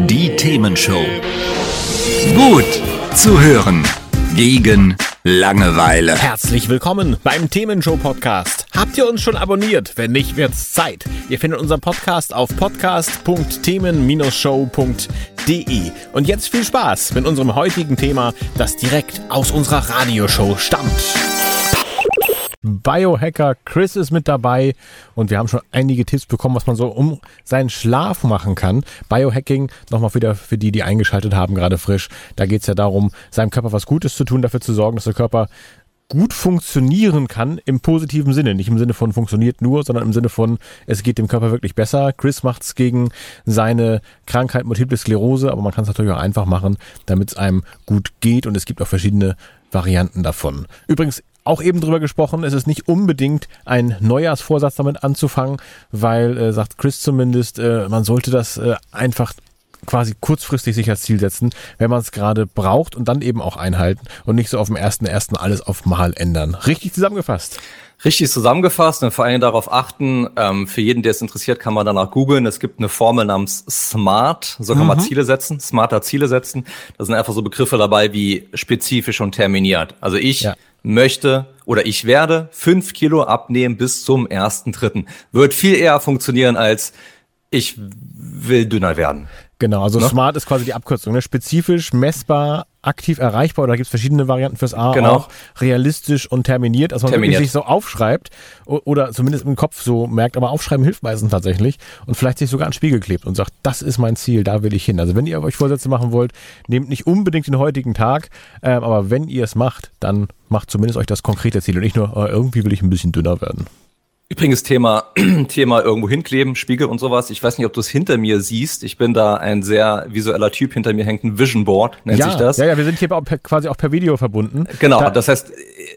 Die Themenshow. Gut zu hören. Gegen Langeweile. Herzlich willkommen beim Themenshow-Podcast. Habt ihr uns schon abonniert? Wenn nicht, wird's Zeit. Ihr findet unseren Podcast auf podcast.themen-show.de. Und jetzt viel Spaß mit unserem heutigen Thema, das direkt aus unserer Radioshow stammt. Biohacker Chris ist mit dabei und wir haben schon einige Tipps bekommen, was man so um seinen Schlaf machen kann. Biohacking, nochmal wieder für die eingeschaltet haben, gerade frisch. Da geht es ja darum, seinem Körper was Gutes zu tun, dafür zu sorgen, dass der Körper gut funktionieren kann im positiven Sinne. Nicht im Sinne von funktioniert nur, sondern im Sinne von, es geht dem Körper wirklich besser. Chris macht's gegen seine Krankheit Multiple Sklerose, aber man kann es natürlich auch einfach machen, damit es einem gut geht und es gibt auch verschiedene Varianten davon. Übrigens, auch eben drüber gesprochen, es ist nicht unbedingt ein Neujahrsvorsatz damit anzufangen, weil, sagt Chris zumindest, man sollte das einfach quasi kurzfristig sich als Ziel setzen, wenn man es gerade braucht und dann eben auch einhalten und nicht so auf dem 1.1. alles auf Mal ändern. Richtig zusammengefasst. Richtig zusammengefasst und vor allem darauf achten, für jeden, der es interessiert, kann man danach googeln. Es gibt eine Formel namens SMART, so kann man Ziele setzen, smarter Ziele setzen. Da sind einfach so Begriffe dabei wie spezifisch und terminiert. Also ich möchte oder ich werde 5 Kilo abnehmen bis zum 1.3. Wird viel eher funktionieren als ich will dünner werden. Genau, also SMART ist quasi die Abkürzung, ne? Spezifisch, messbar, aktiv erreichbar, oder da gibt es verschiedene Varianten fürs A, genau. Auch realistisch und terminiert, dass man wirklich sich so aufschreibt oder zumindest im Kopf so merkt, aber aufschreiben hilft meistens tatsächlich und vielleicht sich sogar an den Spiegel klebt und sagt, das ist mein Ziel, da will ich hin. Also wenn ihr euch Vorsätze machen wollt, nehmt nicht unbedingt den heutigen Tag, aber wenn ihr es macht, dann macht zumindest euch das konkrete Ziel und nicht nur, irgendwie will ich ein bisschen dünner werden. Übrigens Thema irgendwo hinkleben, Spiegel und sowas. Ich weiß nicht, ob du es hinter mir siehst. Ich bin da ein sehr visueller Typ. Hinter mir hängt ein Vision Board, nennt sich das. Ja, wir sind hier quasi auch per Video verbunden. Genau, das heißt,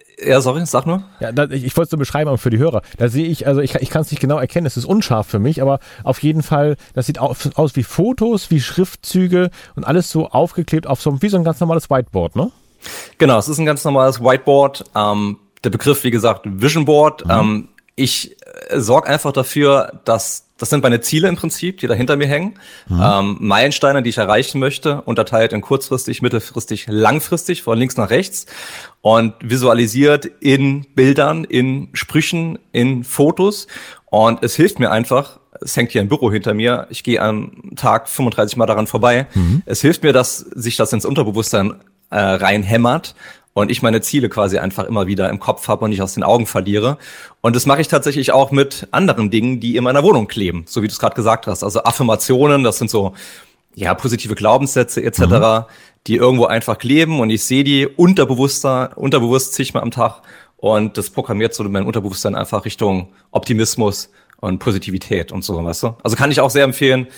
sag nur. Ja, ich wollte es so beschreiben, aber für die Hörer. Da sehe ich, also ich kann es nicht genau erkennen, es ist unscharf für mich, aber auf jeden Fall, das sieht aus wie Fotos, wie Schriftzüge und alles so aufgeklebt auf wie so ein ganz normales Whiteboard, ne? Genau, es ist ein ganz normales Whiteboard. Der Begriff, wie gesagt, Vision Board. Ich sorge einfach dafür, dass das sind meine Ziele im Prinzip, die da hinter mir hängen. Meilensteine, die ich erreichen möchte, unterteilt in kurzfristig, mittelfristig, langfristig, von links nach rechts und visualisiert in Bildern, in Sprüchen, in Fotos. Und es hilft mir einfach, es hängt hier ein Büro hinter mir, ich gehe am Tag 35 Mal daran vorbei. Es hilft mir, dass sich das ins Unterbewusstsein reinhämmert. Und ich meine Ziele quasi einfach immer wieder im Kopf habe und nicht aus den Augen verliere. Und das mache ich tatsächlich auch mit anderen Dingen, die in meiner Wohnung kleben, so wie du es gerade gesagt hast. Also Affirmationen, das sind so positive Glaubenssätze etc., die irgendwo einfach kleben und ich sehe die unterbewusst zigmal am Tag und das programmiert so mein Unterbewusstsein einfach Richtung Optimismus und Positivität und so, weißt du? Also kann ich auch sehr empfehlen,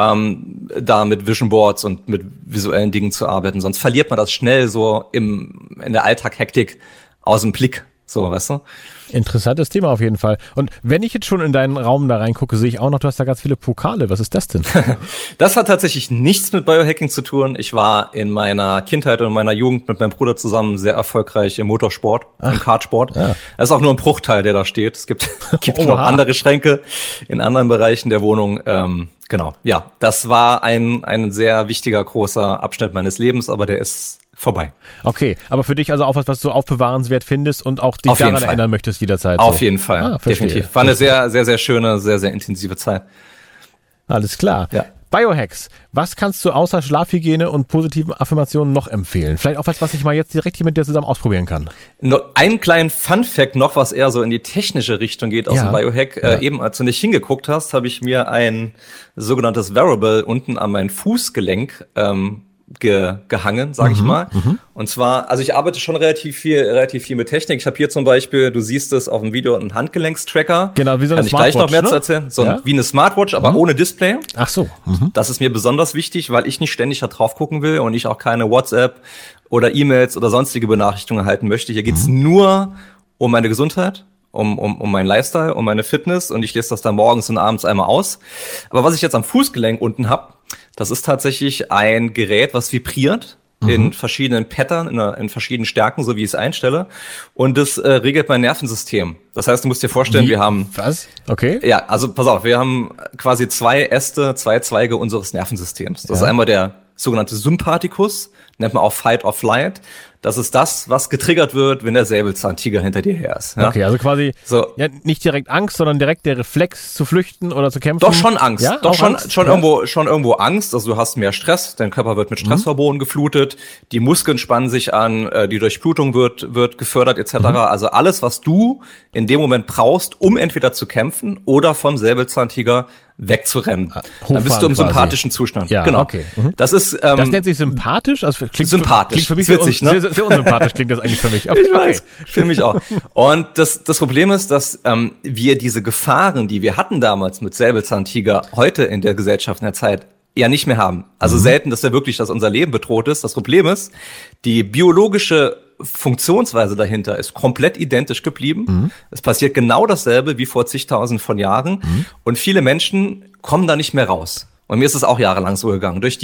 da mit Vision Boards und mit visuellen Dingen zu arbeiten. Sonst verliert man das schnell so in der Alltag-Hektik aus dem Blick. So, weißt du? Interessantes Thema auf jeden Fall. Und wenn ich jetzt schon in deinen Raum da reingucke, sehe ich auch noch, du hast da ganz viele Pokale. Was ist das denn? Das hat tatsächlich nichts mit Biohacking zu tun. Ich war in meiner Kindheit und in meiner Jugend mit meinem Bruder zusammen sehr erfolgreich im Motorsport, im Kartsport. Ja. Das ist auch nur ein Bruchteil, der da steht. Es gibt noch andere Schränke in anderen Bereichen der Wohnung. Genau, ja, das war ein sehr wichtiger, großer Abschnitt meines Lebens, aber der ist vorbei. Okay, aber für dich also auch was du aufbewahrenswert findest und auch dich daran erinnern möchtest jederzeit. Auf jeden Fall, definitiv. War eine sehr, sehr, sehr schöne, sehr, sehr intensive Zeit. Alles klar. Ja. Biohacks, was kannst du außer Schlafhygiene und positiven Affirmationen noch empfehlen? Vielleicht auch was ich mal jetzt direkt hier mit dir zusammen ausprobieren kann. Einen kleinen Fun-Fact noch, was eher so in die technische Richtung geht aus dem Biohack. Eben als du nicht hingeguckt hast, habe ich mir ein sogenanntes Wearable unten an mein Fußgelenk gehangen, sage ich mal. Und zwar, also ich arbeite schon relativ viel mit Technik. Ich habe hier zum Beispiel, du siehst es auf dem Video, einen Handgelenkstracker. Genau, wie so eine Smartwatch. Kann ich gleich noch mehr zu erzählen. Wie eine Smartwatch, aber ohne Display. Ach so. Das ist mir besonders wichtig, weil ich nicht ständig da drauf gucken will und ich auch keine WhatsApp oder E-Mails oder sonstige Benachrichtigungen erhalten möchte. Hier geht's nur um meine Gesundheit, um meinen Lifestyle, um meine Fitness und ich lese das dann morgens und abends einmal aus. Aber was ich jetzt am Fußgelenk unten habe, das ist tatsächlich ein Gerät, was vibriert. in verschiedenen Pattern, in verschiedenen Stärken, so wie ich es einstelle. Und das regelt mein Nervensystem. Das heißt, du musst dir vorstellen, wir haben... Was? Okay. Ja, also pass auf, wir haben quasi zwei Zweige unseres Nervensystems. Das ist einmal der sogenannte Sympathikus, nennt man auch Fight or Flight. Das ist das, was getriggert wird, wenn der Säbelzahntiger hinter dir her ist. Ja? Okay, also quasi nicht direkt Angst, sondern direkt der Reflex zu flüchten oder zu kämpfen. Doch schon Angst. Ja? Doch schon irgendwo Angst. Also du hast mehr Stress, dein Körper wird mit Stresshormonen geflutet, die Muskeln spannen sich an, die Durchblutung wird gefördert etc. Also alles, was du in dem Moment brauchst, um entweder zu kämpfen oder vom Säbelzahntiger wegzurennen. Dann bist du im sympathischen Zustand. Ja, genau. Okay. Das ist das nennt sich sympathisch? Also klingt sympathisch. Klingt für mich witzig, ne? sehr unsympathisch klingt das eigentlich für mich. Okay. Ich weiß, für mich auch. Und das Problem ist, dass wir diese Gefahren, die wir hatten damals mit Säbelzahntiger, heute in der Gesellschaft in der Zeit ja nicht mehr haben. Also selten, dass dass unser Leben bedroht ist. Das Problem ist, die biologische Funktionsweise dahinter ist komplett identisch geblieben. Es passiert genau dasselbe wie vor zigtausend von Jahren. Und viele Menschen kommen da nicht mehr raus. Und mir ist es auch jahrelang so gegangen. Du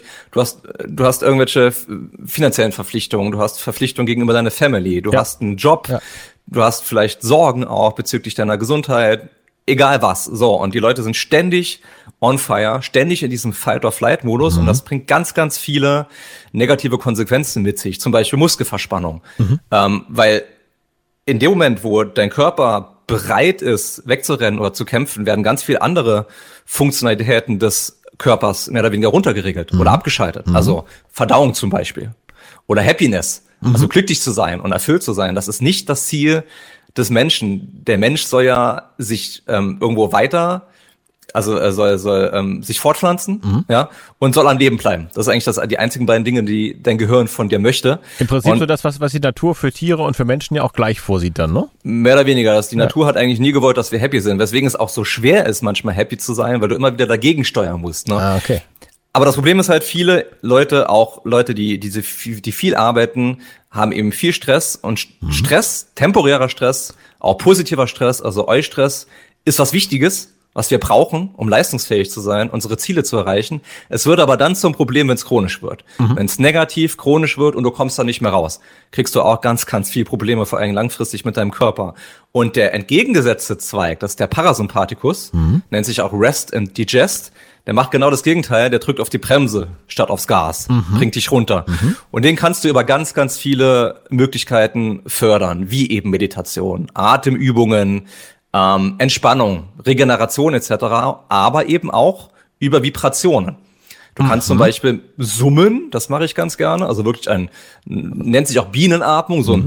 hast irgendwelche finanziellen Verpflichtungen, du hast Verpflichtungen gegenüber deiner Family, du hast einen Job, du hast vielleicht Sorgen auch bezüglich deiner Gesundheit, egal was. So, und die Leute sind ständig on fire, ständig in diesem Fight-or-Flight-Modus und das bringt ganz, ganz viele negative Konsequenzen mit sich, zum Beispiel Muskelverspannung. Weil in dem Moment, wo dein Körper bereit ist, wegzurennen oder zu kämpfen, werden ganz viele andere Funktionalitäten des Körpers mehr oder weniger runtergeregelt oder abgeschaltet. Also Verdauung zum Beispiel oder Happiness, also glücklich zu sein und erfüllt zu sein. Das ist nicht das Ziel des Menschen. Der Mensch soll ja sich irgendwo weiter, also er soll sich fortpflanzen, und soll am Leben bleiben. Das ist eigentlich die einzigen beiden Dinge, die dein Gehirn von dir möchte. Im Prinzip so das, was die Natur für Tiere und für Menschen ja auch gleich vorsieht dann, ne? Mehr oder weniger. Die Natur hat eigentlich nie gewollt, dass wir happy sind, weswegen es auch so schwer ist, manchmal happy zu sein, weil du immer wieder dagegen steuern musst. Ne? Ah, okay. Aber das Problem ist halt, viele Leute, auch Leute, die viel arbeiten, haben eben viel Stress und Stress, temporärer Stress, auch positiver Stress, also Eustress, ist was Wichtiges, was wir brauchen, um leistungsfähig zu sein, unsere Ziele zu erreichen. Es wird aber dann zum Problem, wenn es chronisch wird. Wenn es negativ, chronisch wird und du kommst da nicht mehr raus, kriegst du auch ganz, ganz viel Probleme, vor allem langfristig mit deinem Körper. Und der entgegengesetzte Zweig, das ist der Parasympathikus, nennt sich auch Rest and Digest. Der macht genau das Gegenteil, der drückt auf die Bremse statt aufs Gas, bringt dich runter. Und den kannst du über ganz, ganz viele Möglichkeiten fördern, wie eben Meditation, Atemübungen, Entspannung, Regeneration etc., aber eben auch über Vibrationen. Du kannst zum Beispiel summen, das mache ich ganz gerne, also wirklich nennt sich auch Bienenatmung, so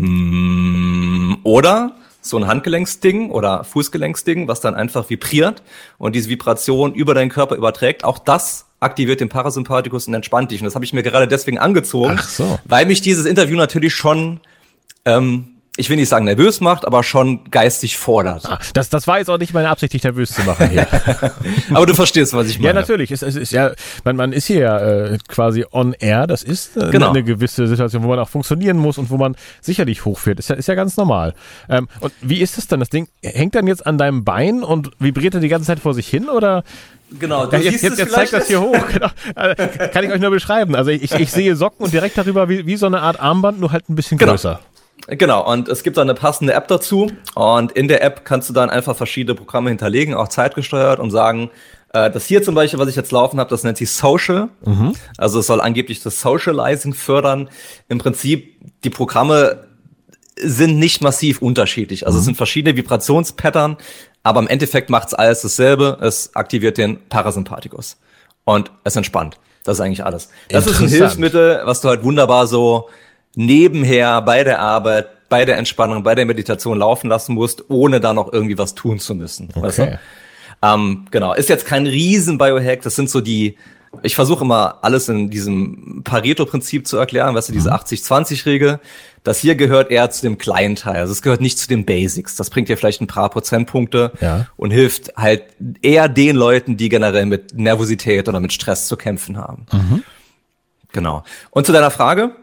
ein oder so ein Handgelenksding oder Fußgelenksding, was dann einfach vibriert und diese Vibration über deinen Körper überträgt. Auch das aktiviert den Parasympathikus und entspannt dich. Und das habe ich mir gerade deswegen angezogen, weil mich dieses Interview natürlich schon ich will nicht sagen nervös macht, aber schon geistig fordert. Das war jetzt auch nicht meine Absicht, dich nervös zu machen hier. Aber du verstehst, was ich meine. Ja, natürlich. Es ist ja, man ist hier ja quasi on air. Das ist eine gewisse Situation, wo man auch funktionieren muss und wo man sicherlich hochfährt. Ist ja ganz normal. Und wie ist das dann? Das Ding hängt dann jetzt an deinem Bein und vibriert dann die ganze Zeit vor sich hin, oder? Genau, jetzt zeigt das hier hoch. Genau. Kann ich euch nur beschreiben. Also ich sehe Socken und direkt darüber wie so eine Art Armband, nur halt ein bisschen größer. Genau, und es gibt da eine passende App dazu und in der App kannst du dann einfach verschiedene Programme hinterlegen, auch zeitgesteuert und sagen, das hier zum Beispiel, was ich jetzt laufen habe, das nennt sich Social. Also es soll angeblich das Socializing fördern. Im Prinzip, die Programme sind nicht massiv unterschiedlich. Also es sind verschiedene Vibrationspattern, aber im Endeffekt macht es alles dasselbe. Es aktiviert den Parasympathikus und es entspannt. Das ist eigentlich alles. Das ist ein Hilfsmittel, was du halt wunderbar so nebenher bei der Arbeit, bei der Entspannung, bei der Meditation laufen lassen musst, ohne da noch irgendwie was tun zu müssen. Okay. Weißt du? Genau, ist jetzt kein Riesen-Biohack, das sind so ich versuche immer alles in diesem Pareto-Prinzip zu erklären, weißt du, diese 80-20-Regel. Das hier gehört eher zu dem kleinen Teil, also es gehört nicht zu den Basics. Das bringt dir vielleicht ein paar Prozentpunkte und hilft halt eher den Leuten, die generell mit Nervosität oder mit Stress zu kämpfen haben. Genau. Und zu deiner Frage,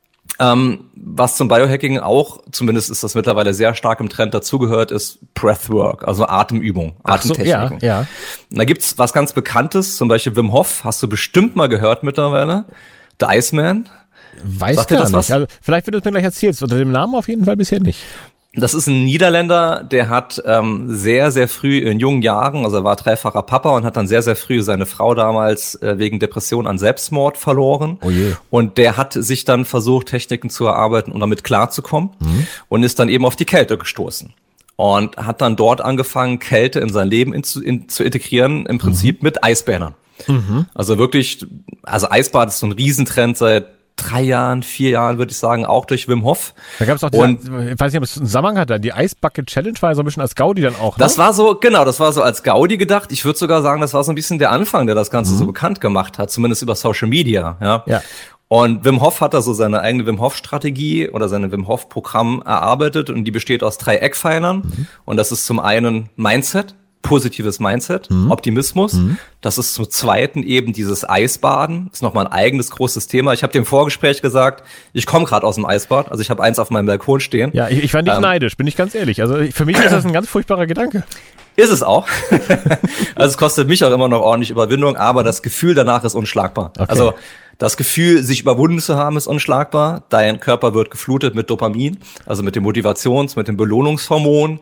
was zum Biohacking auch, zumindest ist das mittlerweile sehr stark im Trend dazugehört, ist Breathwork, also Atemübung, Atemtechniken. Ja. Und da gibt's was ganz Bekanntes, zum Beispiel Wim Hof, hast du bestimmt mal gehört mittlerweile, The Iceman. Weiß Sagt dir gar das nicht. was? Also, vielleicht, wenn du es mir gleich erzählst. Unter dem Namen auf jeden Fall bisher nicht. Das ist ein Niederländer, der hat sehr, sehr früh in jungen Jahren, also er war dreifacher Papa und hat dann sehr, sehr früh seine Frau damals wegen Depression an Selbstmord verloren. Oh je. Und der hat sich dann versucht, Techniken zu erarbeiten, um damit klarzukommen und ist dann eben auf die Kälte gestoßen. Und hat dann dort angefangen, Kälte in sein Leben zu integrieren, im Prinzip mit Eisbädern. Also wirklich, also Eisbad ist so ein Riesentrend seit 3 Jahren, 4 Jahren, würde ich sagen, auch durch Wim Hof. Da gab es auch, ich weiß nicht, ob es einen Zusammenhang hat, die Eisbucket Challenge war ja so ein bisschen als Gaudi dann auch, ne? Das war so, genau, das war so als Gaudi gedacht. Ich würde sogar sagen, das war so ein bisschen der Anfang, der das Ganze so bekannt gemacht hat, zumindest über Social Media, ja. Ja. Und Wim Hof hat da so seine eigene Wim Hof Strategie oder seine Wim Hof Programm erarbeitet und die besteht aus 3 Eckpfeilern. Und das ist zum einen Mindset, positives Mindset, Optimismus. Das ist zum zweiten eben dieses Eisbaden. Ist nochmal ein eigenes großes Thema. Ich habe dir im Vorgespräch gesagt, ich komme gerade aus dem Eisbad. Also ich habe eins auf meinem Balkon stehen. Ja, ich war nicht neidisch, bin ich ganz ehrlich. Also für mich ist das ein ganz furchtbarer Gedanke. Ist es auch. Also es kostet mich auch immer noch ordentlich Überwindung, aber das Gefühl danach ist unschlagbar. Okay. Also das Gefühl, sich überwunden zu haben, ist unschlagbar. Dein Körper wird geflutet mit Dopamin, also mit dem mit dem Belohnungshormon.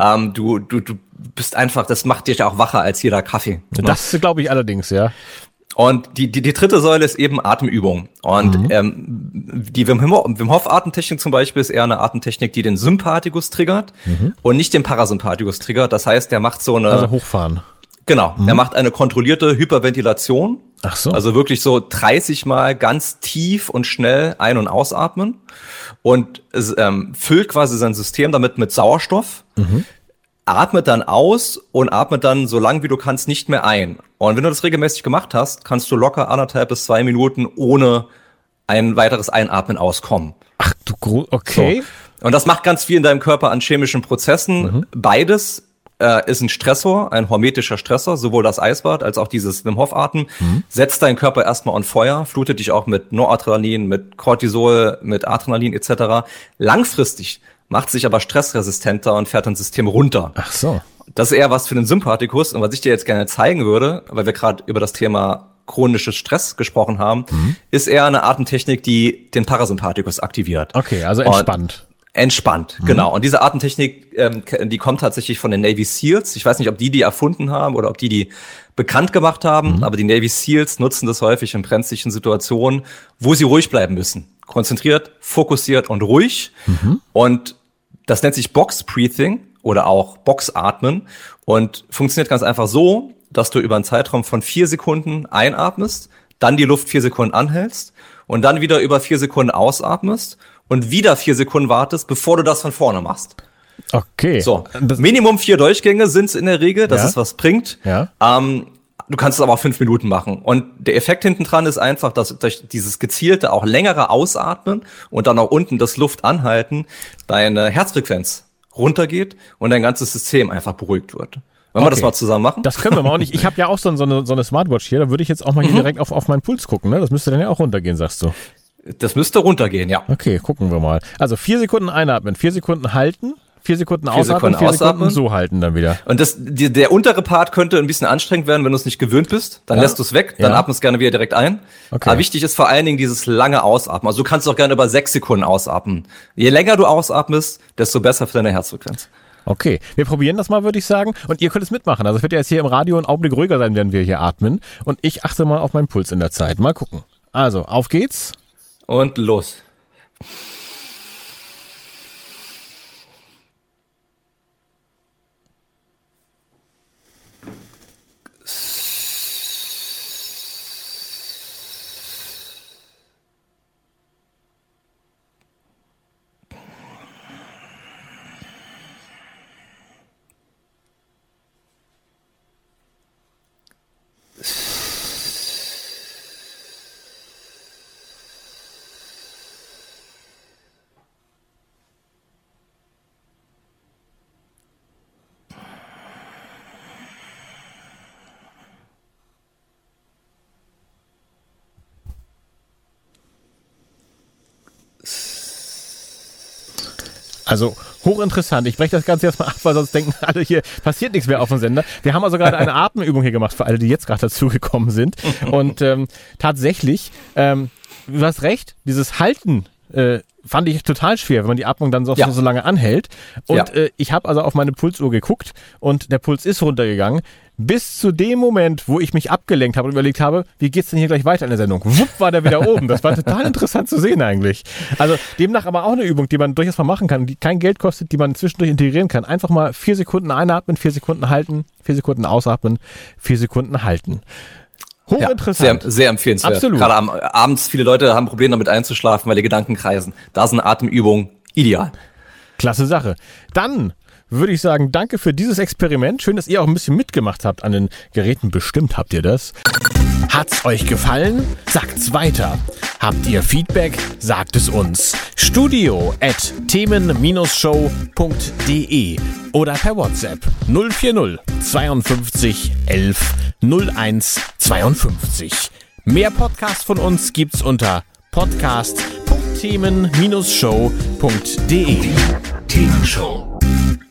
Du bist einfach, das macht dich auch wacher als jeder Kaffee. Ne? Das glaube ich allerdings, ja. Und die dritte Säule ist eben Atemübung. Und die Wim Hof Atemtechnik zum Beispiel ist eher eine Atemtechnik, die den Sympathikus triggert und nicht den Parasympathikus triggert. Das heißt, der macht so eine... Also hochfahren. Genau, er macht eine kontrollierte Hyperventilation. Ach so. Also wirklich so 30 Mal ganz tief und schnell ein- und ausatmen und es, füllt quasi sein System damit mit Sauerstoff, atmet dann aus und atmet dann so lang wie du kannst nicht mehr ein. Und wenn du das regelmäßig gemacht hast, kannst du locker 1,5 bis 2 Minuten ohne ein weiteres Einatmen auskommen. Ach du, okay. So. Und das macht ganz viel in deinem Körper an chemischen Prozessen. Beides ist ein Stressor, ein hormetischer Stressor, sowohl das Eisbad als auch dieses Wim Hof Atmen, setzt deinen Körper erstmal on Feuer, flutet dich auch mit Noradrenalin, mit Cortisol, mit Adrenalin etc. Langfristig macht sich aber stressresistenter und fährt dein System runter. Ach so. Das ist eher was für den Sympathikus. Und was ich dir jetzt gerne zeigen würde, weil wir gerade über das Thema chronisches Stress gesprochen haben, ist eher eine Atemtechnik, die den Parasympathikus aktiviert. Okay, also entspannt. Entspannt, genau. Und diese Atemtechnik, die kommt tatsächlich von den Navy Seals. Ich weiß nicht, ob die erfunden haben oder ob die bekannt gemacht haben, aber die Navy Seals nutzen das häufig in brenzlichen Situationen, wo sie ruhig bleiben müssen. Konzentriert, fokussiert und ruhig. Und das nennt sich Box Breathing oder auch Boxatmen und funktioniert ganz einfach so, dass du über einen Zeitraum von 4 Sekunden einatmest, dann die Luft 4 Sekunden anhältst und dann wieder über 4 Sekunden ausatmest und wieder 4 Sekunden wartest, bevor du das von vorne machst. Okay. So, Minimum 4 Durchgänge sind's in der Regel, dass es was bringt. Ja. Du kannst es aber auch 5 Minuten machen. Und der Effekt hinten dran ist einfach, dass durch dieses gezielte, auch längere Ausatmen und dann auch unten das Luft anhalten, deine Herzfrequenz runtergeht und dein ganzes System einfach beruhigt wird. Wollen wir das mal zusammen machen? Das können wir mal auch nicht. Ich habe ja auch so eine Smartwatch hier, da würde ich jetzt auch mal hier direkt auf meinen Puls gucken, ne? Das müsste dann ja auch runtergehen, sagst du. Das müsste runtergehen, ja. Okay, gucken wir mal. Also 4 Sekunden einatmen, 4 Sekunden halten, 4 Sekunden ausatmen, 4 Sekunden so halten dann wieder. Und der untere Part könnte ein bisschen anstrengend werden, wenn du es nicht gewöhnt bist. Dann lässt du es weg, dann atmest gerne wieder direkt ein. Okay. Aber wichtig ist vor allen Dingen dieses lange Ausatmen. Also du kannst auch gerne über 6 Sekunden ausatmen. Je länger du ausatmest, desto besser für deine Herzfrequenz. Okay, wir probieren das mal, würde ich sagen. Und ihr könnt es mitmachen. Also es wird ja jetzt hier im Radio ein Augenblick ruhiger sein, während wir hier atmen. Und ich achte mal auf meinen Puls in der Zeit. Mal gucken. Also, auf geht's. Und los. Also hochinteressant. Ich breche das Ganze jetzt mal ab, weil sonst denken alle, hier passiert nichts mehr auf dem Sender. Wir haben also gerade eine Atemübung hier gemacht für alle, die jetzt gerade dazugekommen sind. Und tatsächlich, du hast recht, dieses Halten fand ich total schwer, wenn man die Atmung dann so lange anhält. Und ich habe also auf meine Pulsuhr geguckt und der Puls ist runtergegangen. Bis zu dem Moment, wo ich mich abgelenkt habe und überlegt habe, wie geht's denn hier gleich weiter in der Sendung? Wupp, war der wieder oben. Das war total interessant zu sehen eigentlich. Also demnach aber auch eine Übung, die man durchaus mal machen kann, die kein Geld kostet, die man zwischendurch integrieren kann. Einfach mal 4 Sekunden einatmen, 4 Sekunden halten, 4 Sekunden ausatmen, 4 Sekunden halten. Hochinteressant. Sehr, sehr empfehlenswert. Absolut. Gerade abends, viele Leute haben Probleme damit einzuschlafen, weil die Gedanken kreisen. Da ist eine Atemübung ideal. Klasse Sache. Dann würde ich sagen, danke für dieses Experiment. Schön, dass ihr auch ein bisschen mitgemacht habt an den Geräten. Bestimmt habt ihr das. Hat's euch gefallen? Sagt's weiter. Habt ihr Feedback? Sagt es uns. studio@themen-show.de oder per WhatsApp 040 52 11 01 52. Mehr Podcasts von uns gibt's unter podcast.themen-show.de. Themenshow.